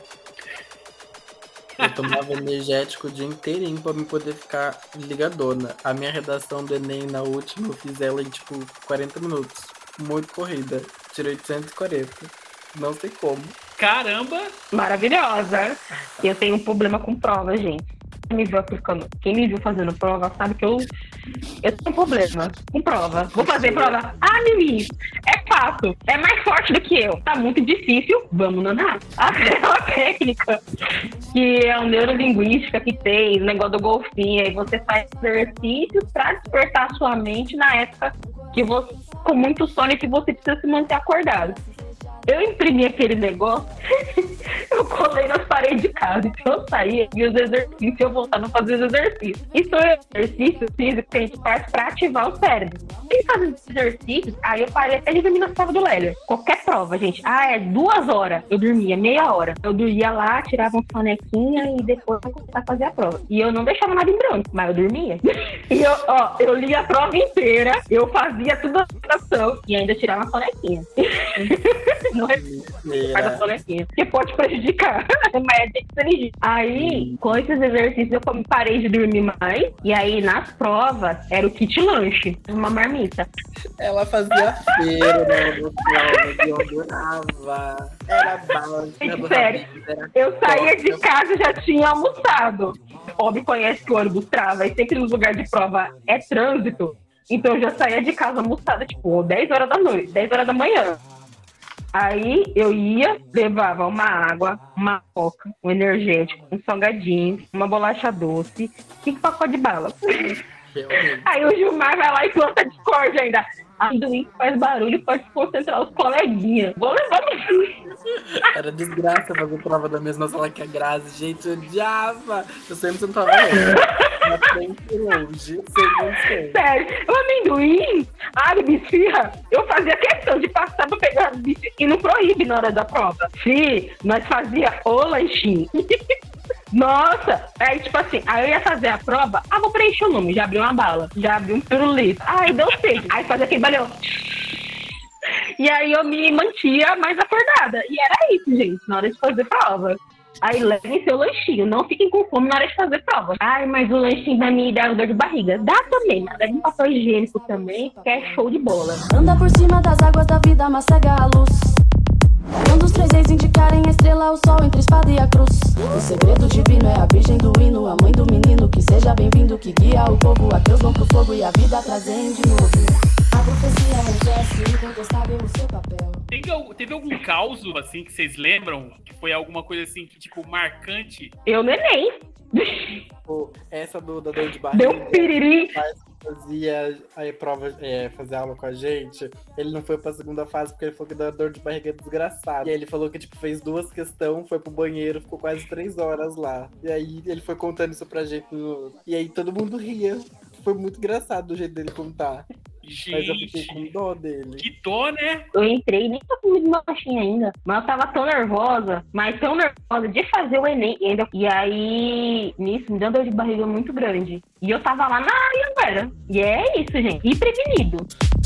Eu tomava energético o dia inteirinho pra me poder ficar ligadona. A minha redação do Enem na última, eu fiz ela em tipo 40 minutos. Muito corrida. Tirei 840. Não sei como. Caramba! Maravilhosa. Eu tenho um problema com prova, gente. Quem me viu fazendo prova sabe que eu tenho um problema com prova. Vou fazer prova. Ah, Mimi, é fácil. É mais forte do que eu. Tá muito difícil. Vamos nanar. Aquela técnica que é a neurolinguística que tem, o negócio do golfinho. Aí você faz exercícios pra despertar sua mente na época com muito sono e que você precisa se manter acordado. Eu imprimi aquele negócio, eu colei nas paredes de casa, então eu saía e os exercícios, eu voltava a fazer os exercícios. Isso é exercício físico que a gente faz pra ativar o cérebro. E fazendo esses exercícios, aí eu parei até de dormir na prova do Lélia. Qualquer prova, gente. É 2 horas. Eu dormia meia hora. Eu dormia lá, tirava um sonequinha e depois eu começava a fazer a prova. E eu não deixava nada em branco, mas eu dormia. E eu lia a prova inteira, eu fazia tudo a atração e ainda tirava uma sonequinha. Não faz a sonequinha, porque pode prejudicar, mas é inteligente. Aí, com esses exercícios, eu parei de dormir mais. E aí, nas provas, era o kit lanche, uma marmita. Ela fazia feira, né? Eu adorava. Era bala. Sério, eu saía de casa e já tinha almoçado. Óbvio, conhece que o ônibus trava e sempre nos lugares de prova é trânsito. Então eu já saía de casa almoçada, tipo, 10 horas da noite, 10 horas da manhã. Aí eu ia, levava uma água, uma coca, um energético, um salgadinho, uma bolacha doce, 5 pacotes de bala. Aí o Gilmar vai lá e planta discórdia ainda. Amendoim faz barulho, pode concentrar os coleguinhas. Vou levar Era desgraça fazer prova da mesma sala que a Grazi. Gente, eu odiava. Eu sempre sentava longe. Na frente longe. Sério, o amendoim, bisfirra, eu fazia questão de passar pra pegar as bisfirras e não proíbe na hora da prova. Sim, nós fazia o lanchinho. Nossa, aí tipo assim, aí eu ia fazer a prova, vou preencher o nome, já abri uma bala, já abri um pirulito, deu certo, aí fazia aquele balão. E aí eu me mantia mais acordada, e era isso, gente, na hora de fazer prova. Aí levem seu lanchinho, não fiquem com fome na hora de fazer prova. Mas o lanchinho da minha dá dor de barriga, dá também, mas leve um papel higiênico também, que é show de bola. Anda por cima das águas da vida, mas cega a luz. Quando os 3 reis indicarem a estrela, o sol entre a espada e a cruz. O segredo divino é a virgem do hino, a mãe do menino, que seja bem-vindo, que guia o povo, a Deus vão pro fogo e a vida trazem de novo. A profecia é um gesto incontestável o seu papel. Teve algum caos, assim, que vocês lembram? Que foi alguma coisa, assim, que, tipo, marcante? Eu neném. Essa da dor de barriga. Deu piriri. Fazia a prova, fazia aula com a gente. Ele não foi pra segunda fase porque ele falou que da dor de barriga é desgraçado. E aí ele falou que, tipo, fez 2 questões, foi pro banheiro, ficou quase 3 horas lá. E aí ele foi contando isso pra gente. E aí todo mundo ria. Foi muito engraçado o jeito dele contar. Gente, mas eu fiquei com dó dele. Que dó, né? Eu entrei, nem tô comendo uma lanchinha ainda. Mas eu tava tão nervosa de fazer o Enem ainda. E aí, nisso, me deu dor de barriga muito grande. E eu tava lá na área, galera. E é isso, gente. E prevenido.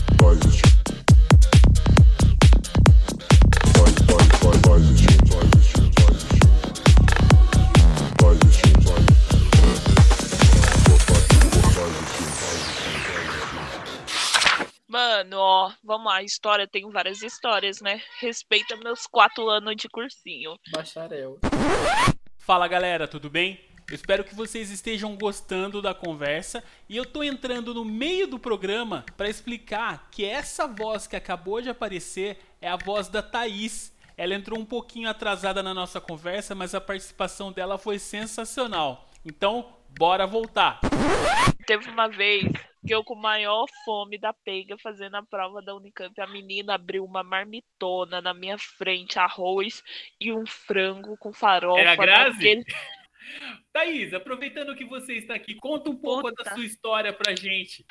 Mano, vamos lá, história, tenho várias histórias, né? Respeita meus 4 anos de cursinho. Bacharel. Fala, galera, tudo bem? Eu espero que vocês estejam gostando da conversa e eu tô entrando no meio do programa para explicar que essa voz que acabou de aparecer é a voz da Thaís. Ela entrou um pouquinho atrasada na nossa conversa, mas a participação dela foi sensacional. Então, bora voltar. Teve uma vez que eu, com maior fome da pega, fazendo a prova da Unicamp, a menina abriu uma marmitona na minha frente, arroz e um frango com farofa. Era a Grazi? Thaís, aproveitando que você está aqui, conta um pouco da sua história pra gente.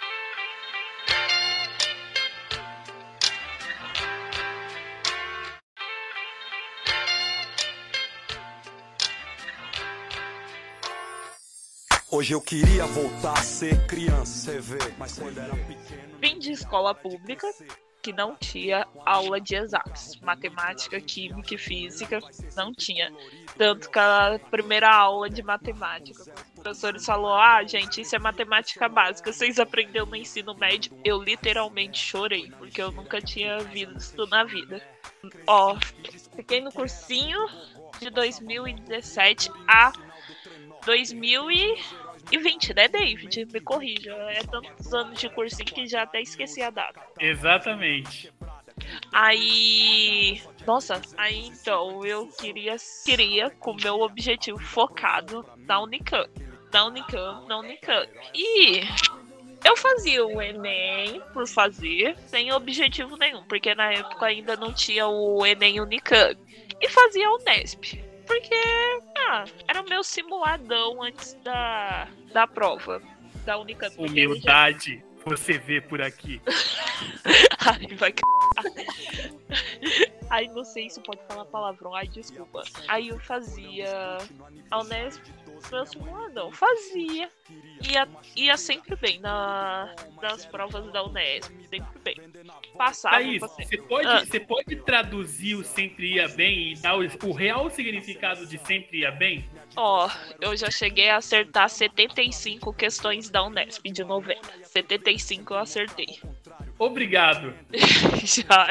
Hoje eu queria voltar a ser criança, você vê, mas quando era pequeno... Vim de escola pública, que não tinha aula de exatos. Matemática, química e física não tinha. Tanto que a primeira aula de matemática, os professores falaram, gente, isso é matemática básica, vocês aprenderam no ensino médio. Eu literalmente chorei, porque eu nunca tinha visto na vida. Fiquei no cursinho de 2017 a 2020, né, David? Me corrija. É tantos anos de cursinho que já até esqueci a data. Exatamente. Aí então eu queria com o meu objetivo focado na Unicamp. E Eu fazia o Enem por fazer, sem objetivo nenhum, porque na época ainda não tinha o Enem Unicamp. E fazia a Unesp, porque era o meu simuladão antes da prova da Unicamp. Humildade, você vê por aqui. Ai, vai Ai, não sei se pode falar palavrão, ai, desculpa. Aí eu fazia a Unesp, meu simuladão, fazia. Ia sempre bem nas provas da Unesp, sempre bem. Passava. Thaís, você pode traduzir o sempre ia bem e dar o real significado de sempre ia bem? Eu já cheguei a acertar 75 questões da Unesp de 90. 75 eu acertei. Obrigado. Já.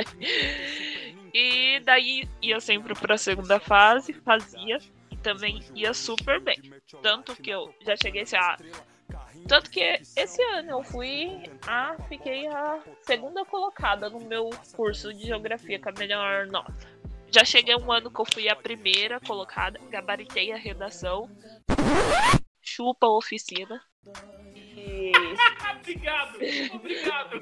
E daí ia sempre pra segunda fase, fazia, e também ia super bem. Tanto que eu já cheguei tanto que esse ano eu fiquei a segunda colocada no meu curso de geografia com a melhor nota. Já cheguei um ano que eu fui a primeira colocada, gabaritei a redação, chupa a oficina. E... Obrigado.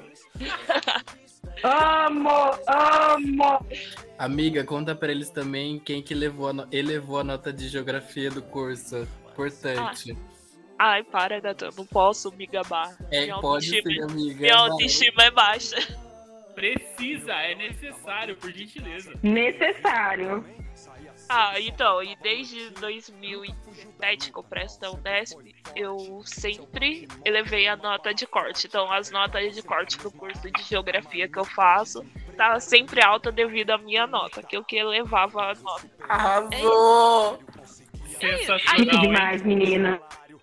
Amo! Amiga, conta pra eles também quem que elevou a nota de geografia do curso. Importante. Ai, para, Natan, não posso me gabar. Pode ser, amiga. Minha autoestima é baixa. Precisa, é necessário, por gentileza. Necessário. Então, e desde 2007 que eu presto a Unesp, eu sempre elevei a nota de corte. Então, as notas de corte pro curso de geografia que eu faço tava sempre alta devido à minha nota, que eu que elevava a nota. Arrasou! Sensacional, demais, menina.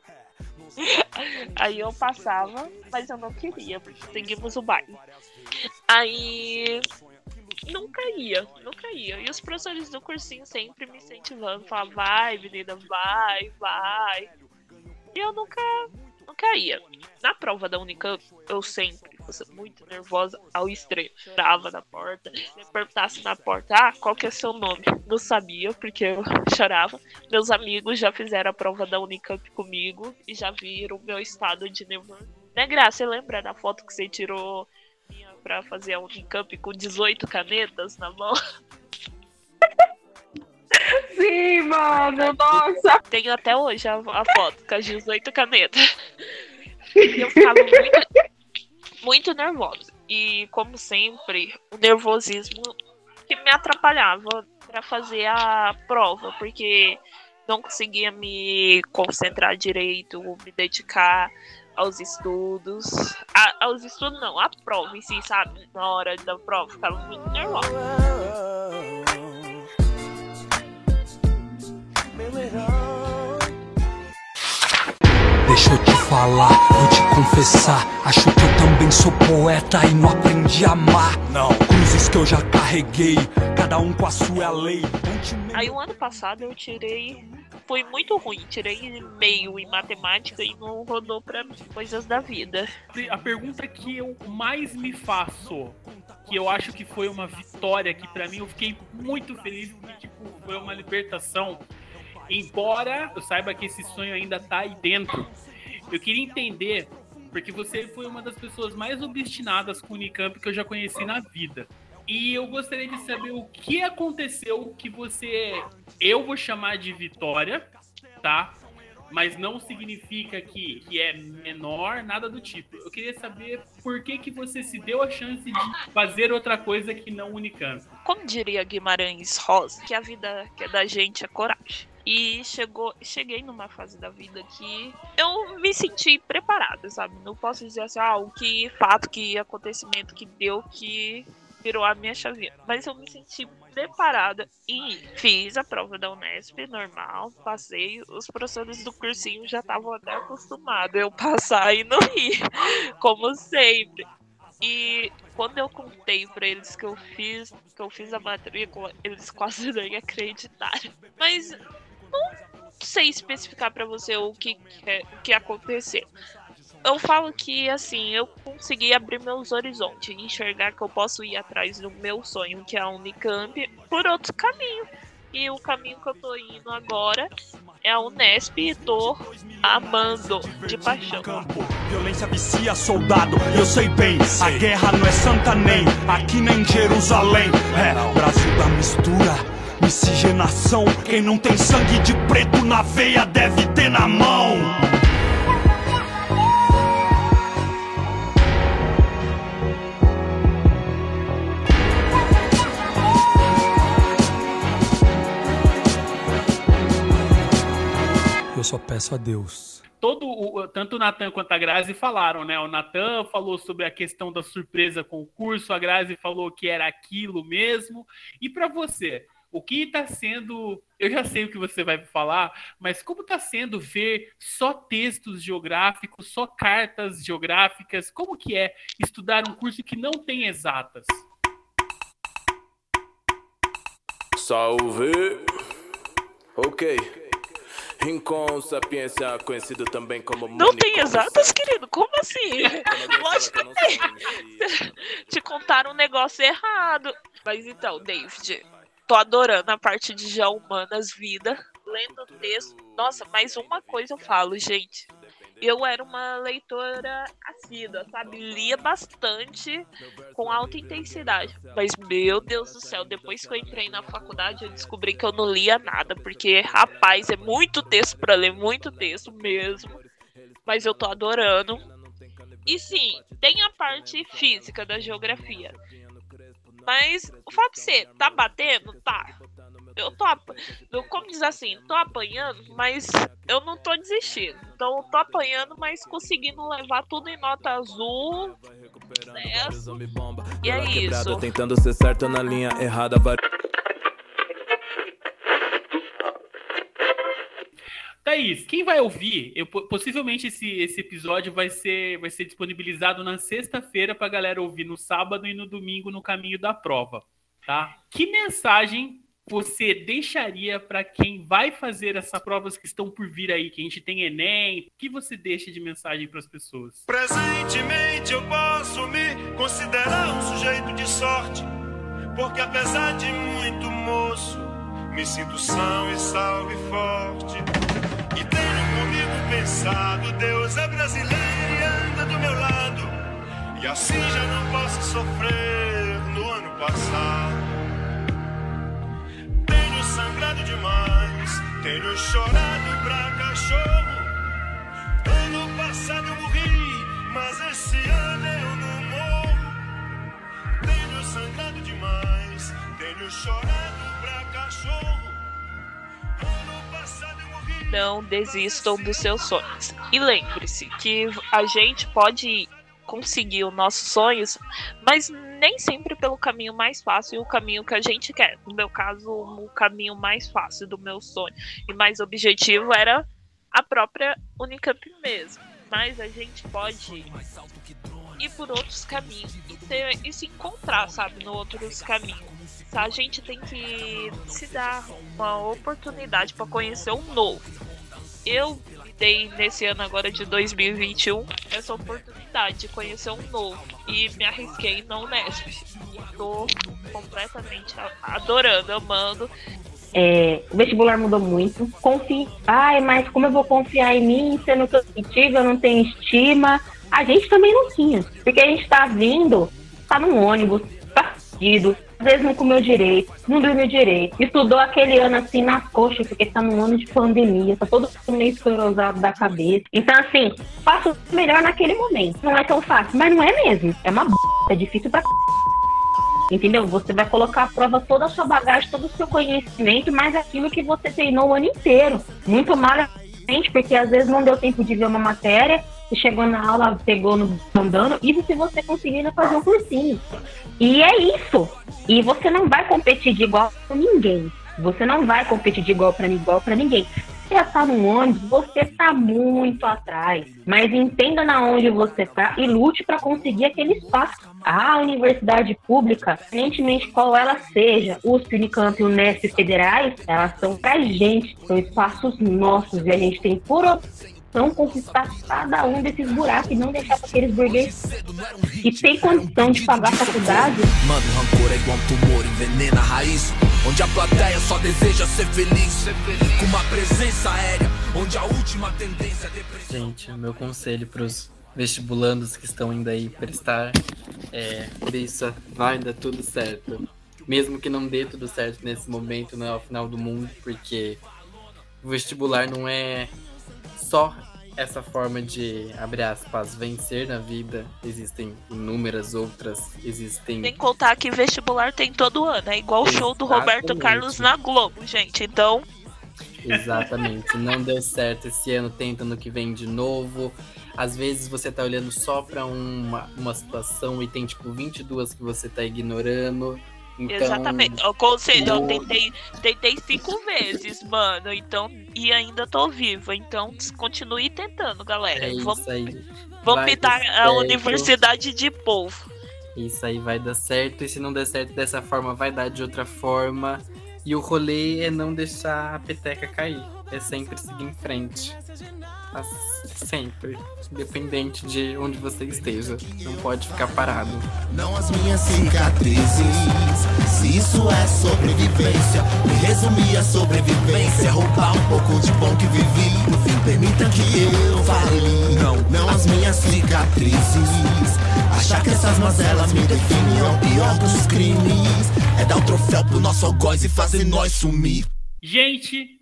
Aí eu passava, mas eu não queria, porque seguimos o baile. Aí... Nunca ia. E os professores do cursinho sempre me incentivando, falavam, vai, menina, vai. E eu nunca ia. Na prova da Unicamp, eu sempre fosse muito nervosa ao extremo. Chorava na porta. Se eu perguntasse na porta, qual que é seu nome? Não sabia, porque eu chorava. Meus amigos já fizeram a prova da Unicamp comigo e já viram o meu estado de nervoso. Né, Graça? Você lembra da foto que você tirou pra fazer a Unicamp com 18 canetas na mão? Sim, mano, nossa! Tenho até hoje a foto com as 18 canetas. Eu ficava muito nervosa. E, como sempre, o nervosismo que me atrapalhava pra fazer a prova, porque não conseguia me concentrar direito, me dedicar aos estudos. Aos estudos não, a prova em si, sabe? Na hora da prova, ficava muito nervosa. Deixa eu te falar, vou te confessar. Acho que eu também sou poeta e não aprendi a amar. Não, cruzes que eu já carreguei, cada um com a sua lei. Aí o ano passado eu foi muito ruim, tirei meio em matemática e não rodou pra mim, coisas da vida. A pergunta que eu mais me faço, que eu acho que foi uma vitória aqui pra mim, eu fiquei muito feliz, porque foi uma libertação. Embora eu saiba que esse sonho ainda tá aí dentro, eu queria entender, porque você foi uma das pessoas mais obstinadas com o Unicamp que eu já conheci na vida. E eu gostaria de saber o que aconteceu que eu vou chamar de vitória, tá? Mas não significa que é menor, nada do tipo. Eu queria saber por que você se deu a chance de fazer outra coisa que não o Unicamp. Como diria Guimarães Rosa, que a vida que é da gente é coragem. E cheguei numa fase da vida que eu me senti preparada, sabe? Não posso dizer assim, o que fato, que acontecimento que deu que virou a minha chavinha. Mas eu me senti preparada e fiz a prova da Unesp, normal, passei. Os professores do cursinho já estavam até acostumados eu passar e não ir, como sempre. E quando eu contei pra eles que eu fiz a matrícula, eles quase nem acreditaram. Mas não sei especificar pra você o que aconteceu. Eu falo que, assim, eu consegui abrir meus horizontes, enxergar que eu posso ir atrás do meu sonho, que é a Unicamp, por outro caminho. E o caminho que eu tô indo agora é a Unesp e tô amando de paixão. Violência vicia soldado, eu sei bem. A guerra não é Santa nem aqui nem Jerusalém. É Brasil da mistura, miscigenação. Quem não tem sangue de preto na veia deve ter na mão. Eu só peço a Deus. Tanto o Natan quanto a Grazi falaram, né? O Natan falou sobre a questão da surpresa com o curso, a Grazi falou que era aquilo mesmo. E para você, o que está sendo... Eu já sei o que você vai falar, mas como está sendo ver só textos geográficos, só cartas geográficas? Como que é estudar um curso que não tem exatas? Salve! Ok. Rincon Sapiência, conhecido também como... Não tem exatas, querido? Como assim? Lógico que tem. Te contaram um negócio errado. Mas então, David, tô adorando a parte de Geohumanas Vida, lendo o texto. Nossa, mas uma coisa eu falo, gente. Eu era uma leitora assídua, sabe? Lia bastante, com alta intensidade. Mas, meu Deus do céu, depois que eu entrei na faculdade, eu descobri que eu não lia nada. Porque, rapaz, é muito texto pra ler, muito texto mesmo. Mas eu tô adorando. E sim, tem a parte física da geografia. Mas, o fato de ser, tá batendo? Tá. Eu como diz assim, tô apanhando, mas eu não tô desistindo. Então, eu tô apanhando, mas conseguindo levar tudo em nota azul. Sucesso. E é isso. Tentando ser certo na linha errada. Thaís, quem vai ouvir, possivelmente esse episódio vai ser disponibilizado na sexta-feira pra galera ouvir no sábado e no domingo no caminho da prova, tá? Que mensagem você deixaria para quem vai fazer essas provas que estão por vir aí, que a gente tem Enem? O que você deixa de mensagem para as pessoas? Presentemente eu posso me considerar um sujeito de sorte, porque apesar de muito moço, me sinto são e salvo e forte. E tenho comigo pensado, Deus é brasileiro e anda do meu lado, e assim já não posso sofrer no ano passado. Sangrado demais, tenho chorado pra cachorro. Ano passado eu morri, mas esse ano eu não morro. Tenho sangrado demais, tenho chorado pra cachorro. Ano passado eu morri. Não desistam dos seus sonhos. E lembre-se que a gente pode conseguir os nossos sonhos, mas nem sempre pelo caminho mais fácil e o caminho que a gente quer. No meu caso, o caminho mais fácil do meu sonho e mais objetivo era a própria Unicamp mesmo. Mas a gente pode ir por outros caminhos e se encontrar, sabe, nos outros caminhos. A gente tem que se dar uma oportunidade para conhecer o novo. Eu dei nesse ano agora de 2021 essa oportunidade de conhecer um novo e me arrisquei na Unesp. Estou completamente adorando, amando. O vestibular mudou muito. Confie. Ai, mas como eu vou confiar em mim, sendo que eu não tenho estima? A gente também não tinha. Porque a gente tá vindo, tá num ônibus, tá fudido, às vezes não comeu direito, não dormiu direito, estudou aquele ano assim nas coxas, porque tá num ano de pandemia, tá todo mundo meio esclerosado da cabeça. Então, assim, faço o melhor naquele momento. Não é tão fácil, mas não é mesmo. É uma é difícil pra entendeu? Você vai colocar à prova toda a sua bagagem, todo o seu conhecimento, mais aquilo que você treinou o ano inteiro. Muito mal, porque às vezes não deu tempo de ver uma matéria, você chegou na aula, pegou no andando, e se você conseguir ainda fazer um cursinho. E é isso. E você não vai competir de igual pra ninguém. Você não vai competir de igual pra ninguém. Você está no ônibus, você está muito atrás. Mas entenda na onde você está e lute para conseguir aquele espaço. A universidade pública, independentemente qual ela seja, USP, Unicamp e Unesp federais, elas são pra gente, são espaços nossos. E a gente tem por opção conquistar cada um desses buracos e não deixar para aqueles burgueses que tem condição de pagar a faculdade. Mano, rancor é igual um tumor, envenena a raiz. onde a plateia só deseja ser feliz, com uma presença aérea, onde a última tendência é depressão. Gente, o meu conselho pros vestibulandos que estão indo aí prestar bicha, vai dar tudo certo. Mesmo que não dê tudo certo nesse momento, não é o final do mundo, porque o vestibular não é só essa forma de, abre aspas, vencer na vida. Existem inúmeras outras, existem... Sem contar que vestibular tem todo ano, é igual o show do Roberto Carlos na Globo, gente, então... Exatamente, se não deu certo esse ano, tenta no que vem de novo. Às vezes você tá olhando só pra uma situação e tem tipo 22 que você tá ignorando. Então, exatamente, eu conselho, eu tentei 5 vezes, mano, então, e ainda tô viva, então continue tentando, galera. Vamos me dar a universidade de povo. Isso aí vai dar certo, e se não der certo dessa forma, vai dar de outra forma. E o rolê é não deixar a peteca cair, é sempre seguir em frente. Sempre, independente de onde você esteja, não pode ficar parado. Não as minhas cicatrizes, se isso é sobrevivência, me resumir a sobrevivência, roubar um pouco de bom que vivi, no fim permita que eu fale. Não as minhas cicatrizes, achar que essas mazelas me definem é o pior dos crimes, é dar o troféu pro nosso algoz e fazer nós sumir. Gente,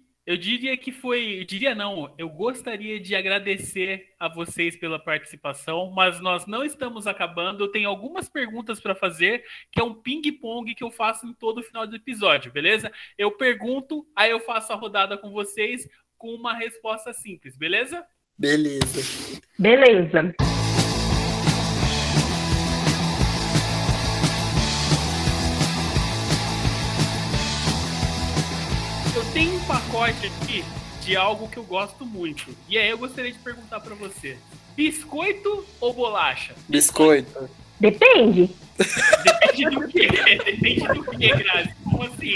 eu gostaria de agradecer a vocês pela participação, mas nós não estamos acabando. Eu tenho algumas perguntas para fazer, que é um ping-pong que eu faço em todo final do episódio, beleza? Eu pergunto, aí eu faço a rodada com vocês com uma resposta simples, beleza? Beleza. Eu tenho um pacote aqui de algo que eu gosto muito. E aí eu gostaria de perguntar pra você. Biscoito ou bolacha? Biscoito. Depende. Depende do quê? Depende do quê, Grazi? Como assim?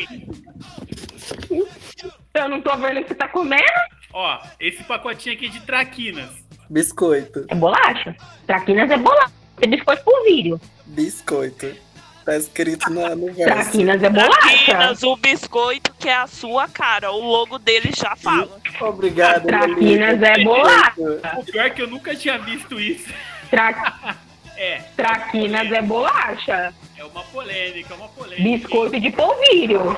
Eu não tô vendo o que você tá comendo. Ó, esse pacotinho aqui é de traquinas. Biscoito. É bolacha. Traquinas é bolacha. É biscoito por vídeo. Biscoito. Tá escrito no verso. Traquinas é bolacha. Traquinas, o biscoito que é a sua cara. O logo dele já fala. Obrigado. Traquinas é bolacha. O pior é que eu nunca tinha visto isso. Traquinas é bolacha. É uma polêmica, Biscoito de polvilho.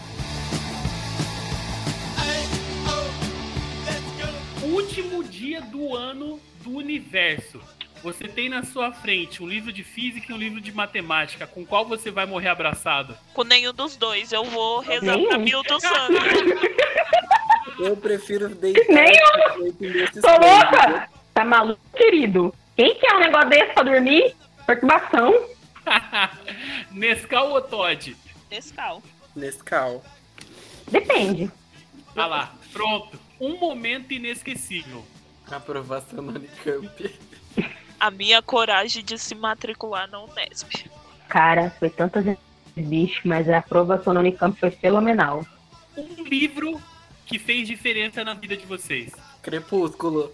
Último dia do ano do universo. Você tem na sua frente um livro de física e um livro de matemática. Com qual você vai morrer abraçado? Com nenhum dos dois. Eu vou rezar pra Milton Santos. Eu prefiro deitar. Tô louca? Tá maluco, querido? Quem quer um negócio desse pra dormir? Perturbação. Nescau ou Toddy? Nescau. Depende. Ah lá, pronto. Um momento inesquecível. Aprovação no Unicamp. A minha coragem de se matricular na Unesp. Cara, foi tantas bicho, mas a aprovação no Unicamp foi fenomenal. Um livro que fez diferença na vida de vocês. Crepúsculo.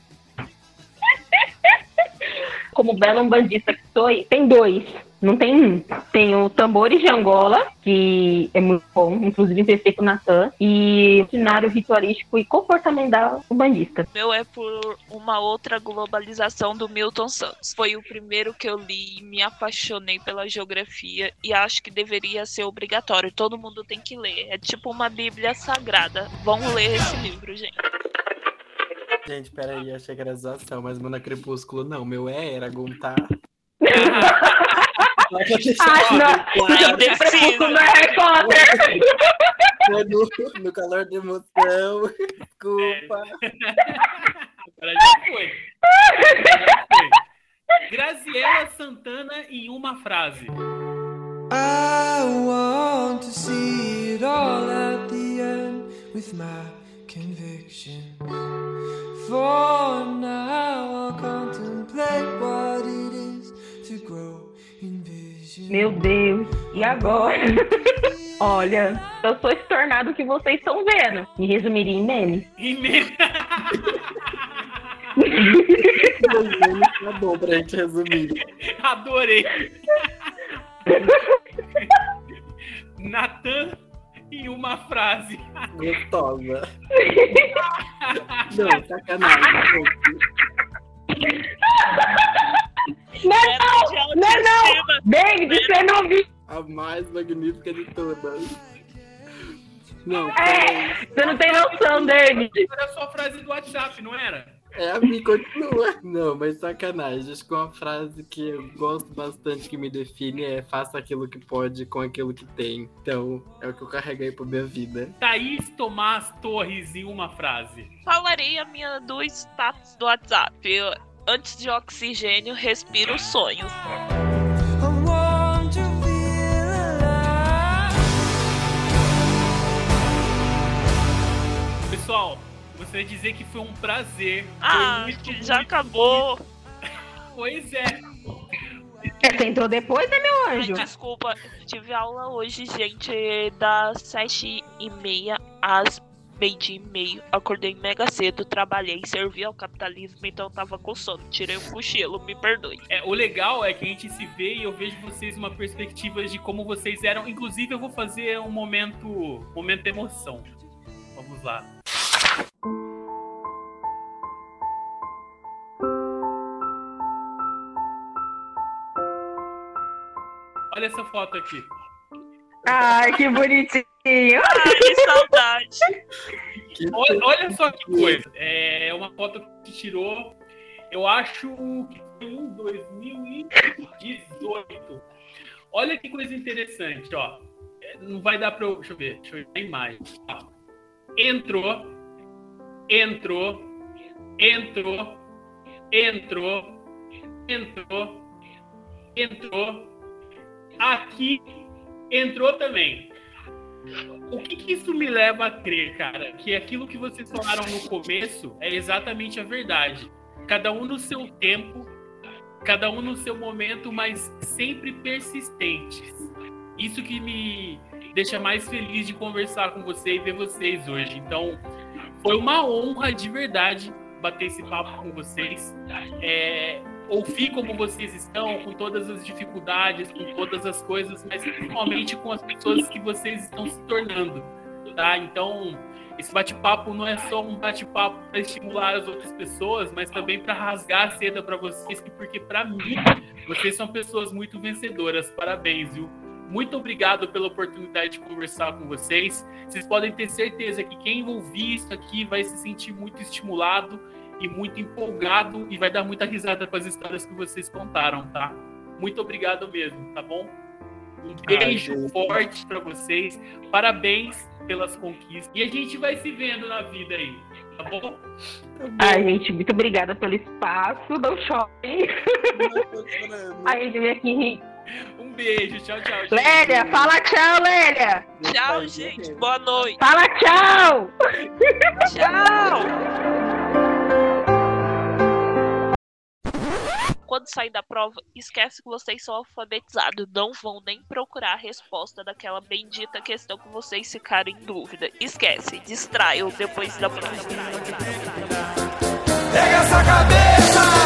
Como bela umbandista que sou, tem 2. Não tem um. Tem o Tambores de Angola, que é muito bom, inclusive empecei com o Natan, e o cenário ritualístico e comportamental umbandista. O meu é por uma outra globalização do Milton Santos. Foi o primeiro que eu li e me apaixonei pela geografia e acho que deveria ser obrigatório. Todo mundo tem que ler. É tipo uma bíblia sagrada. Vamos ler esse livro, gente. Gente, peraí, achei que era zoação, mas meu não é Crepúsculo, não. Meu é Eragon, tá? Crepúsculo não é Harry Potter. No calor da emoção. Desculpa. Agora já foi. Graziela Santana em uma frase. I want to see it all at the end with my conviction. For now I'll contemplate what it is to grow in vision. Meu Deus, e agora? Olha, eu sou esse tornado que vocês estão vendo. Me resumiria em meme. Em meme. Tá bom pra gente resumir. Adorei. Natan em uma frase. Gostosa. Não, sacanagem. Não! David, você não viu? A mais magnífica de todas. Não, você não tem noção, David. Era só a frase do WhatsApp, não era? É, a mim continua. Não, mas sacanagem. Acho que uma frase que eu gosto bastante, que me define, é faça aquilo que pode com aquilo que tem. Então, é o que eu carreguei pra minha vida. Thaís Tomás Torres em uma frase. Falarei a minha do status do WhatsApp. Antes de oxigênio, respiro sonhos. Pessoal, gostaria de dizer que foi um prazer. Já acabou. Pois é. Você entrou depois, né, meu anjo? Desculpa, tive aula hoje, gente, das 7h30 às 12h30. Acordei mega cedo, trabalhei, servi ao capitalismo, então tava com sono. Tirei um cochilo, me perdoe. O legal é que a gente se vê e eu vejo vocês uma perspectiva de como vocês eram. Inclusive, eu vou fazer um momento de emoção. Vamos lá. Olha essa foto aqui. Ai, que bonitinho. Ai, que saudade. Olha só que coisa. É uma foto que tirou, eu acho que foi em 2018. Olha que coisa interessante, ó. Não vai dar pra eu... Deixa eu ver a imagem. Ó. Entrou. Aqui entrou também. O que isso me leva a crer, cara? Que aquilo que vocês falaram no começo é exatamente a verdade. Cada um no seu tempo, cada um no seu momento, mas sempre persistentes. Isso que me deixa mais feliz de conversar com você e ver vocês hoje. Então, foi uma honra de verdade bater esse papo com vocês. Ouvir como vocês estão, com todas as dificuldades, com todas as coisas, mas principalmente com as pessoas que vocês estão se tornando, tá? Então, esse bate-papo não é só um bate-papo para estimular as outras pessoas, mas também para rasgar a seda para vocês, porque para mim, vocês são pessoas muito vencedoras. Parabéns, viu? Muito obrigado pela oportunidade de conversar com vocês. Vocês podem ter certeza que quem ouvir isso aqui vai se sentir muito estimulado e muito empolgado e vai dar muita risada com as histórias que vocês contaram, tá? Muito obrigado mesmo, tá bom? Um beijo forte para vocês. Parabéns pelas conquistas. E a gente vai se vendo na vida aí, tá bom? Ai, gente, muito obrigada pelo espaço. Não chore. A gente vem aqui rir. Um beijo, tchau. Lélia, fala tchau, Lélia. Tchau, gente. Boa noite. Fala tchau. Tchau. Quando sair da prova, esquece que vocês são alfabetizados. Não vão nem procurar a resposta daquela bendita questão que vocês ficaram em dúvida. Esquece, distraiam depois da prova. Pega essa cabeça!